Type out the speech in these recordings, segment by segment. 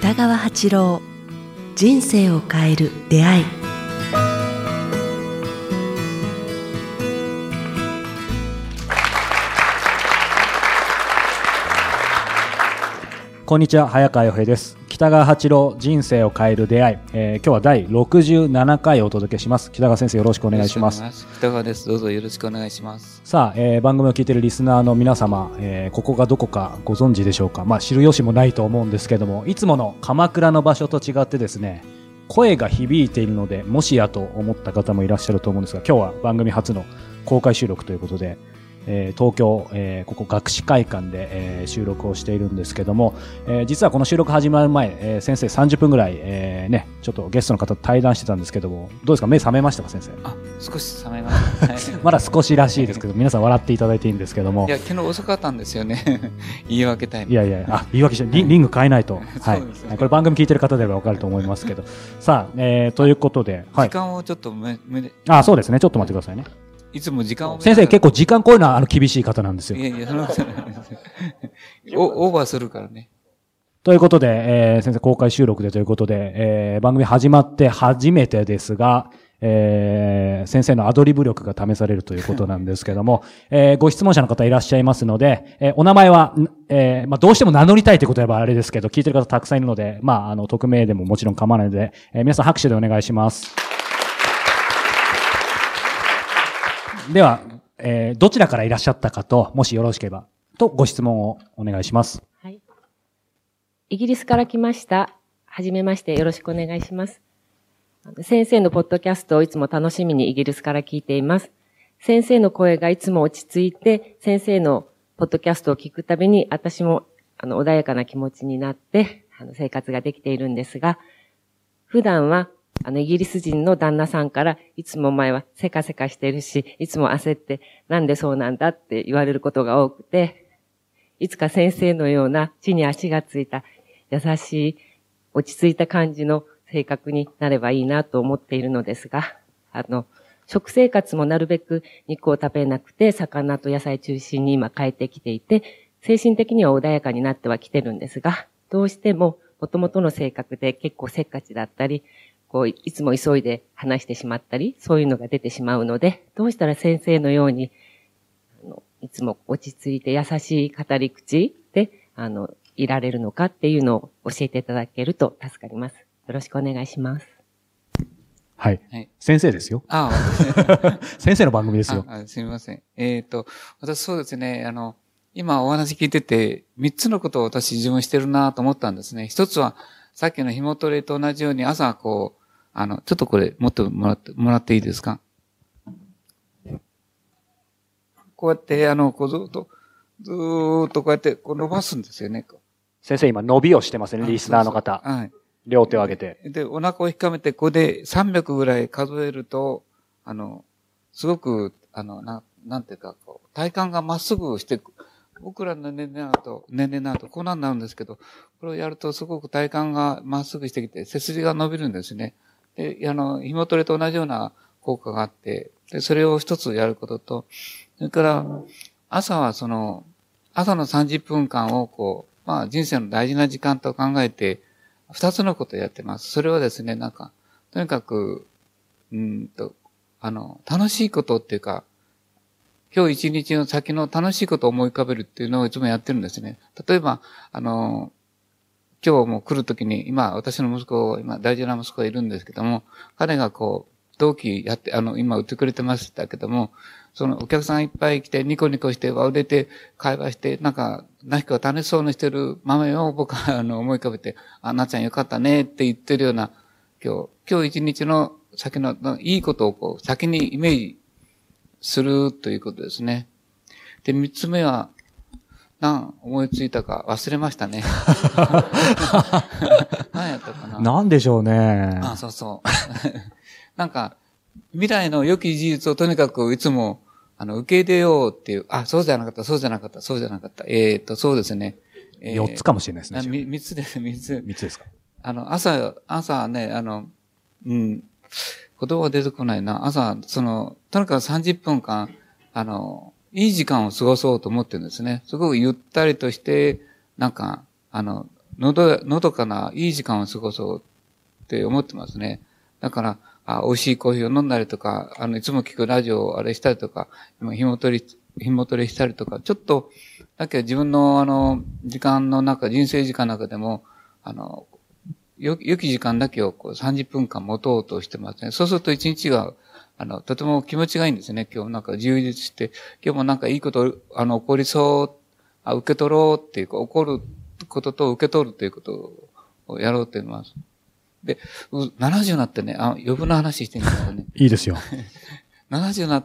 北川八郎、人生を変える出会い。 こんにちは、早川洋平です。北川八郎、人生を変える出会い、今日は第67回をお届けします。北川先生、よろしくお願いします。 北川です。どうぞよろしくお願いします。 さあ、番組を聞いているリスナーの皆様、ここがどこかご存知でしょうか。知る由もないと思うんですけども、いつもの鎌倉の場所と違ってですね、声が響いているので、もしやと思った方もいらっしゃると思うんですが、今日は番組初の公開収録ということで、東京、ここ学士会館で、収録をしているんですけども、実はこの収録始まる前、先生30分ぐらい、ちょっとゲストの方と対談してたんですけども、どうですか、目覚めましたか先生。 少し覚めました。 まだ少しらしいですけど、皆さん笑っていただいていいんですけども。 いや、昨日遅かったんですよね。言い訳タイム。 いや、言い訳して、リング変えないと。はい。これ番組聞いてる方ではわかると思いますけど。さあ、ということで、 はい。時間をちょっとそうですね。ちょっと待ってくださいね。 いつも時間を先生結構時間こういうのは厳しい方なんですよ。 いや、そのオーバーするからね。 ということで、先生公開収録でということで、番組始まって初めてですが、先生のアドリブ力が試されるということなんですけども、ご質問者の方いらっしゃいますので、お名前は、どうしても名乗りたいということではあれですけど、聞いてる方たくさんいるので、匿名でももちろん構わないので、皆さん拍手でお願いします。では、どちらからいらっしゃったかと、もしよろしければ、とご質問をお願いします。 はい。イギリスから来ました。はじめまして、よろしくお願いします。先生のポッドキャストをいつも楽しみにイギリスから聞いています。先生の声がいつも落ち着いて、先生のポッドキャストを聞くたびに、私も穏やかな気持ちになって、生活ができているんですが、普段は、イギリス人の旦那さんから、いつも前はせかせかしてるし、いつも焦って、なんでそうなんだって言われることが多くて、いつか先生のような地に足がついた、優しい、落ち着いた感じの性格になればいいなと思っているのですが、食生活もなるべく肉を食べなくて、魚と野菜中心に今変えてきていて、精神的には穏やかになってはきてるんですが、どうしても元々の性格で結構せっかちだったり、いつも急いで話してしまったり、そういうのが出てしまうので、どうしたら先生のように、いつも落ち着いて優しい語り口で、いられるのかっていうのを教えていただけると助かります。よろしくお願いします。 はい。先生ですよ。先生の番組ですよ。 すみません。私そうですね、今お話聞いてて、3つのことを私自分してるなと思ったんですね。一つは、さっきの紐トレと同じように朝ちょっとこれ持ってもらっていいですか？こうやって、ずーっとこうやって伸ばすんですよね。 先生今伸びをしてますね、リスナーの方。 はい。 両手を上げて。 で、お腹を引っかめて、ここで300ぐらい数えると、すごく、なんていうか、体幹がまっすぐして僕らの年齢になるとこうなるんですけど、これをやるとすごく体幹がまっすぐしてきて、背筋が伸びるんですね。で、紐トレと同じような効果があって、で、それを一つやることと、それから、朝の30分間を人生の大事な時間と考えて、二つのことをやってます。それはですね、とにかく、楽しいことっていうか、今日一日の先の楽しいことを思い浮かべるっていうのをいつもやってるんですね。例えば、今日も来るときに、私の大事な息子がいるんですけども、彼が同期やって、今売ってくれてましたけども、そのお客さんいっぱい来て、ニコニコして、腕で会話して、何か楽しそうにしてる場面を僕は思い浮かべて、なっちゃんよかったねって言ってるような、今日一日の先のいいことを先にイメージするということですね。で、三つ目は、思いついたか忘れましたね。何やったかな。 なんでしょうね。 そうそう。未来の良き事実をとにかくいつも、受け入れようっていう、そうじゃなかった。そうですね。 4つかもしれないですね。 3つです、3つ。 3つですか。 朝ね、言葉出てこないな。とにかく30分間、いい時間を過ごそうと思ってるんですね。すごくゆったりとして、 のどかないい時間を過ごそうって思ってますね。だから、美味しいコーヒーを飲んだりとか、いつも聞くラジオをあれしたりとか、今紐取りしたりとか、ちょっと、だけど自分の時間の中、人生時間の中でも、良き時間だけをこう30分間持とうとしてますね。そうすると一日が、とても気持ちがいいんですね。今日なんか充実して、今日もなんかいいこと、起こりそう、受け取ろうっていうか、起こることと受け取るということをやろうと思います。で、70になってね、余分な話してるんですよね。 いいですよ。 70になって、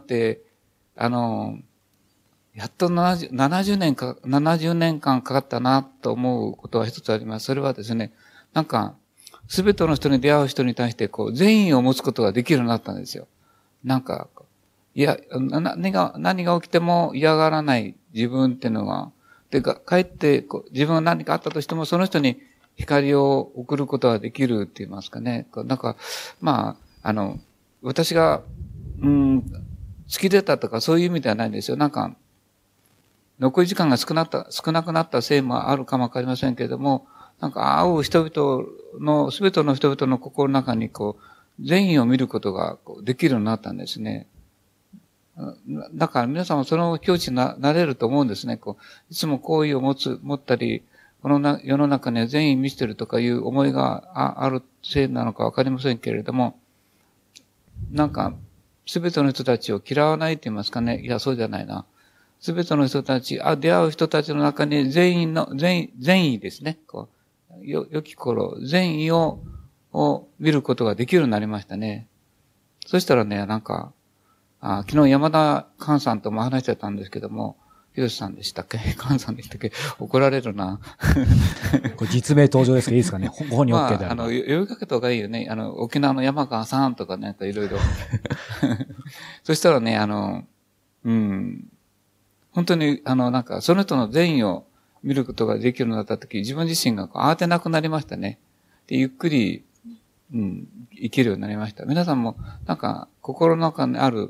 やっと70年間かかったなと思うことは一つあります。それはですね、なんか、すべての人に出会う人に対して、こう、善意を持つことができるようになったんですよ。なんか、いや、何が起きても嫌がらない自分っていうのが、で、かえってこう、自分が何かあったとしても、その人に光を送ることができるって言いますかね。なんか、まあ、私が、突き出たとかそういう意味ではないんですよ。なんか、残り時間が少なくなったせいもあるかもわかりませんけれども、なんか会う人々の、すべての人々の心の中にこう、善意を見ることができるようになったんですね。だから皆さんもその境地になれると思うんですね。こう、いつも好意を持ったり、この世の中には善意見せてるとかいう思いがあるせいなのかわかりませんけれども、なんか、すべての人たちを嫌わないと言いますかね。いや、そうじゃないな。すべての人たち、出会う人たちの中に善意ですね。こう、良き心、善意を見ることができるようになりましたね。そしたらね、なんか、昨日山田寛さんとも話してたんですけども、ひろしさんでしたっけ寛さんでしたっけ怒られるな。 これ実名登場ですけどいいですかねご本人 OK である。 呼びかけた方がいいよね。沖縄の山川さんとかね、なんかいろいろ。そしたらね、本当に、なんか、その人の善意を見ることができるようになったとき、自分自身が慌てなくなりましたね。で、ゆっくり、生きるようになりました。皆さんも、なんか、心の中にある、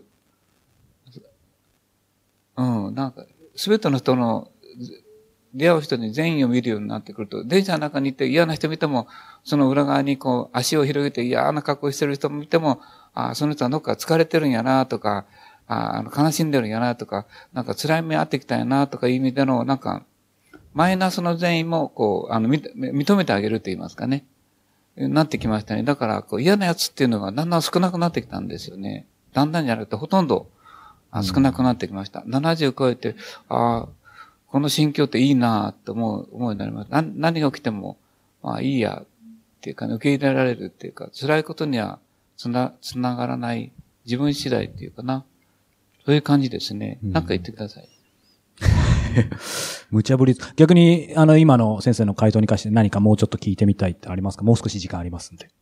なんか、すべての人の、出会う人に善意を見るようになってくると、電車の中にいて嫌な人見ても、その裏側にこう、足を広げて嫌な格好してる人も見ても、その人はどっか疲れてるんやなとか、悲しんでるんやなとか、なんか辛い目あってきたんやなとかいう意味での、なんか、マイナスの善意も、こう、認めてあげると言いますかね。なってきましたね。だから、こう、嫌なやつっていうのがだんだん少なくなってきたんですよね。だんだんじゃなくて、ほとんど、少なくなってきました。70超えて、この心境っていいなと思うようになります。何が起きても、いいや、っていうか、受け入れられるっていうか、辛いことにはつながらない自分次第っていうかな。そういう感じですね。なんか言ってください。 無茶ぶり。逆に、今の先生の回答に関して何かもうちょっと聞いてみたいってありますか？もう少し時間ありますんで。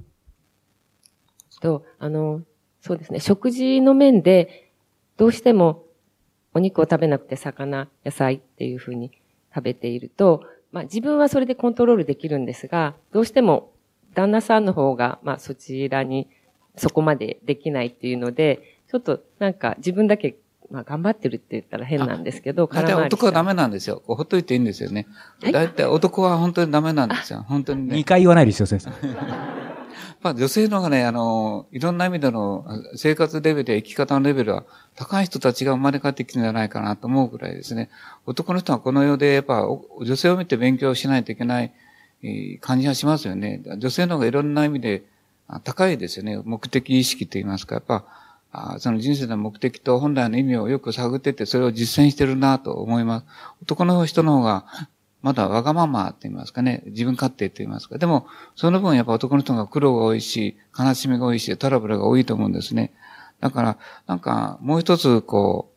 そうですね。食事の面で、どうしてもお肉を食べなくて魚、野菜っていうふうに食べていると、自分はそれでコントロールできるんですが、どうしても旦那さんの方が、そちらにそこまでできないっていうので、ちょっとなんか自分だけ、頑張ってるって言ったら変なんですけど、 大体男はダメなんですよ。ほっといていいんですよね。大体男は本当にダメなんですよ。本当にね。 2回言わないですよ、先生。 女性の方がね、いろんな意味での生活レベルや生き方のレベルは高い人たちが生まれ変わってきてるんじゃないかなと思うぐらいですね。男の人はこの世でやっぱ女性を見て勉強しないといけない感じがしますよね。女性の方がいろんな意味で高いですよね。目的意識と言いますか。やっぱその人生の目的と本来の意味をよく探ってて、それを実践してるなと思います。男の人の方が、まだわがままって言いますかね、自分勝手って言いますか。でも、その分やっぱ男の人が苦労が多いし、悲しみが多いし、トラブルが多いと思うんですね。だから、なんか、もう一つ、我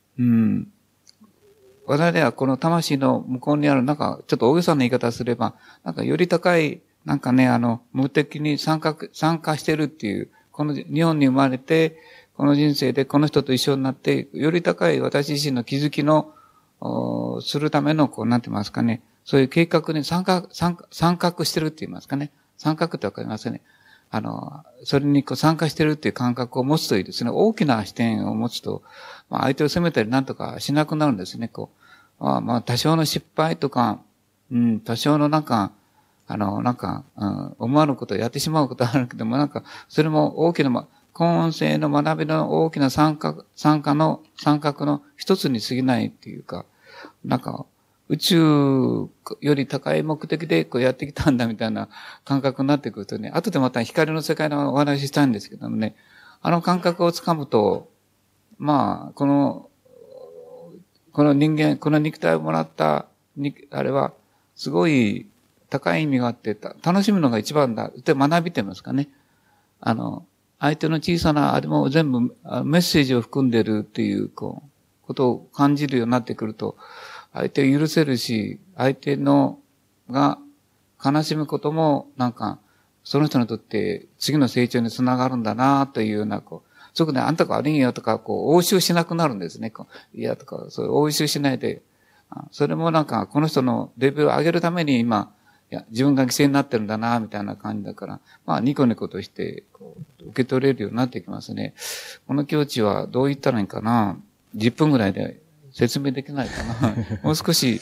々はこの魂の向こうにある、なんか、ちょっと大げさな言い方すれば、なんかより高い、なんかね、無的に参加してるっていう、この日本に生まれて、この人生でこの人と一緒になって、より高い私自身の気づきの、するための、なんて言いますかね。そういう計画に参画してるって言いますかね。参画ってわかりますね。それに参加してるっていう感覚を持つといいですね。大きな視点を持つと、相手を責めたりなんとかしなくなるんですね。多少の失敗とか、多少のなんか、 なんか、思わぬことをやってしまうことはあるけども、なんか、それも大きな、今世の学びの大きな参画の一つに過ぎないっていうか、なんか、宇宙より高い目的でこうやってきたんだみたいな感覚になってくるとね、後でまた光の世界のお話ししたいんですけどもね、あの感覚をつかむと、まあ、この人間、この肉体をもらった、あれは、すごい高い意味があって、楽しむのが一番だって学びてますかね。相手の小さなあれも全部メッセージを含んでるっていう、ことを感じるようになってくると、相手を許せるし、相手が悲しむことも、なんか、その人にとって次の成長につながるんだなというような、そこであんたが悪いよとか、応酬しなくなるんですね。いやとか、そういう応酬しないで、それもなんか、この人のレベルを上げるために今、自分が犠牲になってるんだな、みたいな感じだから、まあ、ニコニコとして、受け取れるようになってきますね。この境地はどう言ったらいいかな。10分ぐらいで説明できないかな。もう少し、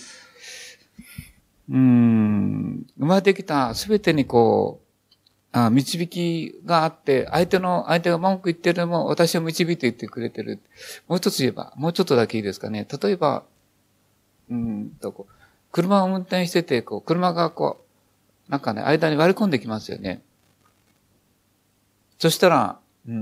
生まれてきたすべてに導きがあって、相手が文句言ってるのも私を導いて言ってくれてる。もう一つ言えば、もうちょっとだけいいですかね。例えば、車を運転してて、車がなんかね、間に割り込んできますよね。そしたら、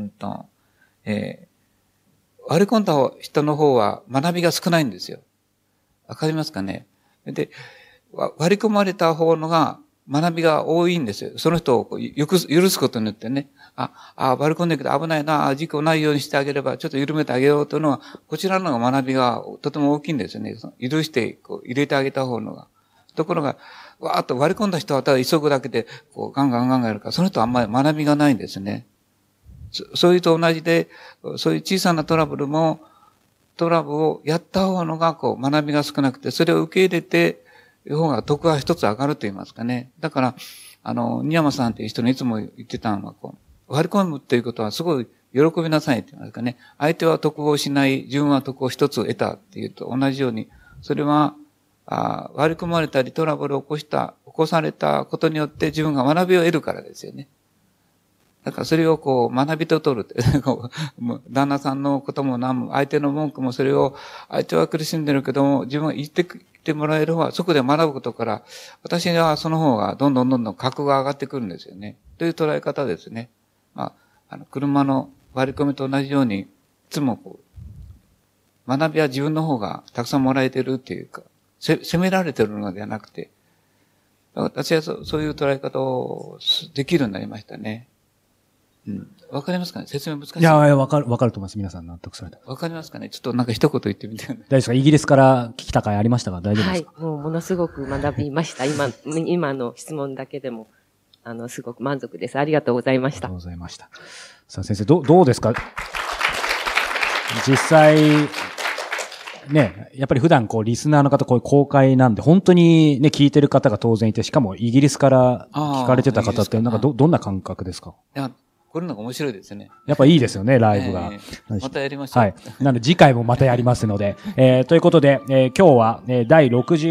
割り込んだ人の方は学びが少ないんですよ。わかりますかね？で、割り込まれた方のが学びが多いんですよ。その人を許すことによってね。割り込んできて危ないな、事故ないようにしてあげれば、ちょっと緩めてあげようというのは、こちらの学びがとても大きいんですよね。許して入れてあげた方のが。ところが、わーっと割り込んだ人はただ急ぐだけで、ガンガンやるから、その人はあんまり学びがないんですね。そういうと同じで、そういう小さなトラブルをやった方のが、学びが少なくて、それを受け入れて、方が得が一つ上がると言いますかね。だから、新山さんっていう人にいつも言ってたのは、割り込むっていうことはすごい喜びなさいって言いますかね。相手は得をしない、自分は得を一つ得たっていうと同じように、それは、割り込まれたりトラブルを起こされたことによって自分が学びを得るからですよね。だからそれを学びと取るって、旦那さんのことも相手の文句もそれを、相手は苦しんでるけども、自分が言ってきてもらえる方は、そこで学ぶことから、私はその方がどんどん格が上がってくるんですよね。という捉え方ですね。車の割り込みと同じように、いつも学びは自分の方がたくさんもらえてるっていうか、責められてるのではなくて、私はそういう捉え方をできるようになりましたね。わかりますかね？説明難しい。 いや、わかると思います。皆さん納得された。 わかりますかね？ちょっとなんか一言言ってみて。 大丈夫ですか？イギリスから聞きた回ありましたか？大丈夫ですか？ はい。もうものすごく学びました。今の質問だけでも、すごく満足です。ありがとうございました。 ありがとうございました。さあ先生、どうですか？実際、ね、やっぱり普段リスナーの方公開なんで、本当にね、聞いてる方が当然いて、しかもイギリスから聞かれてた方って、なんかどんな感覚ですか？ いや、これのが面白いですね。 やっぱいいですよね、ライブが。 またやりましょう。 はい。なので次回もまたやりますので、ということで、今日は、第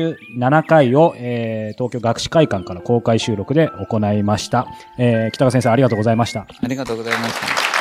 67回を、東京学士会館から公開収録で行いました。北川先生ありがとうございました。 ありがとうございました。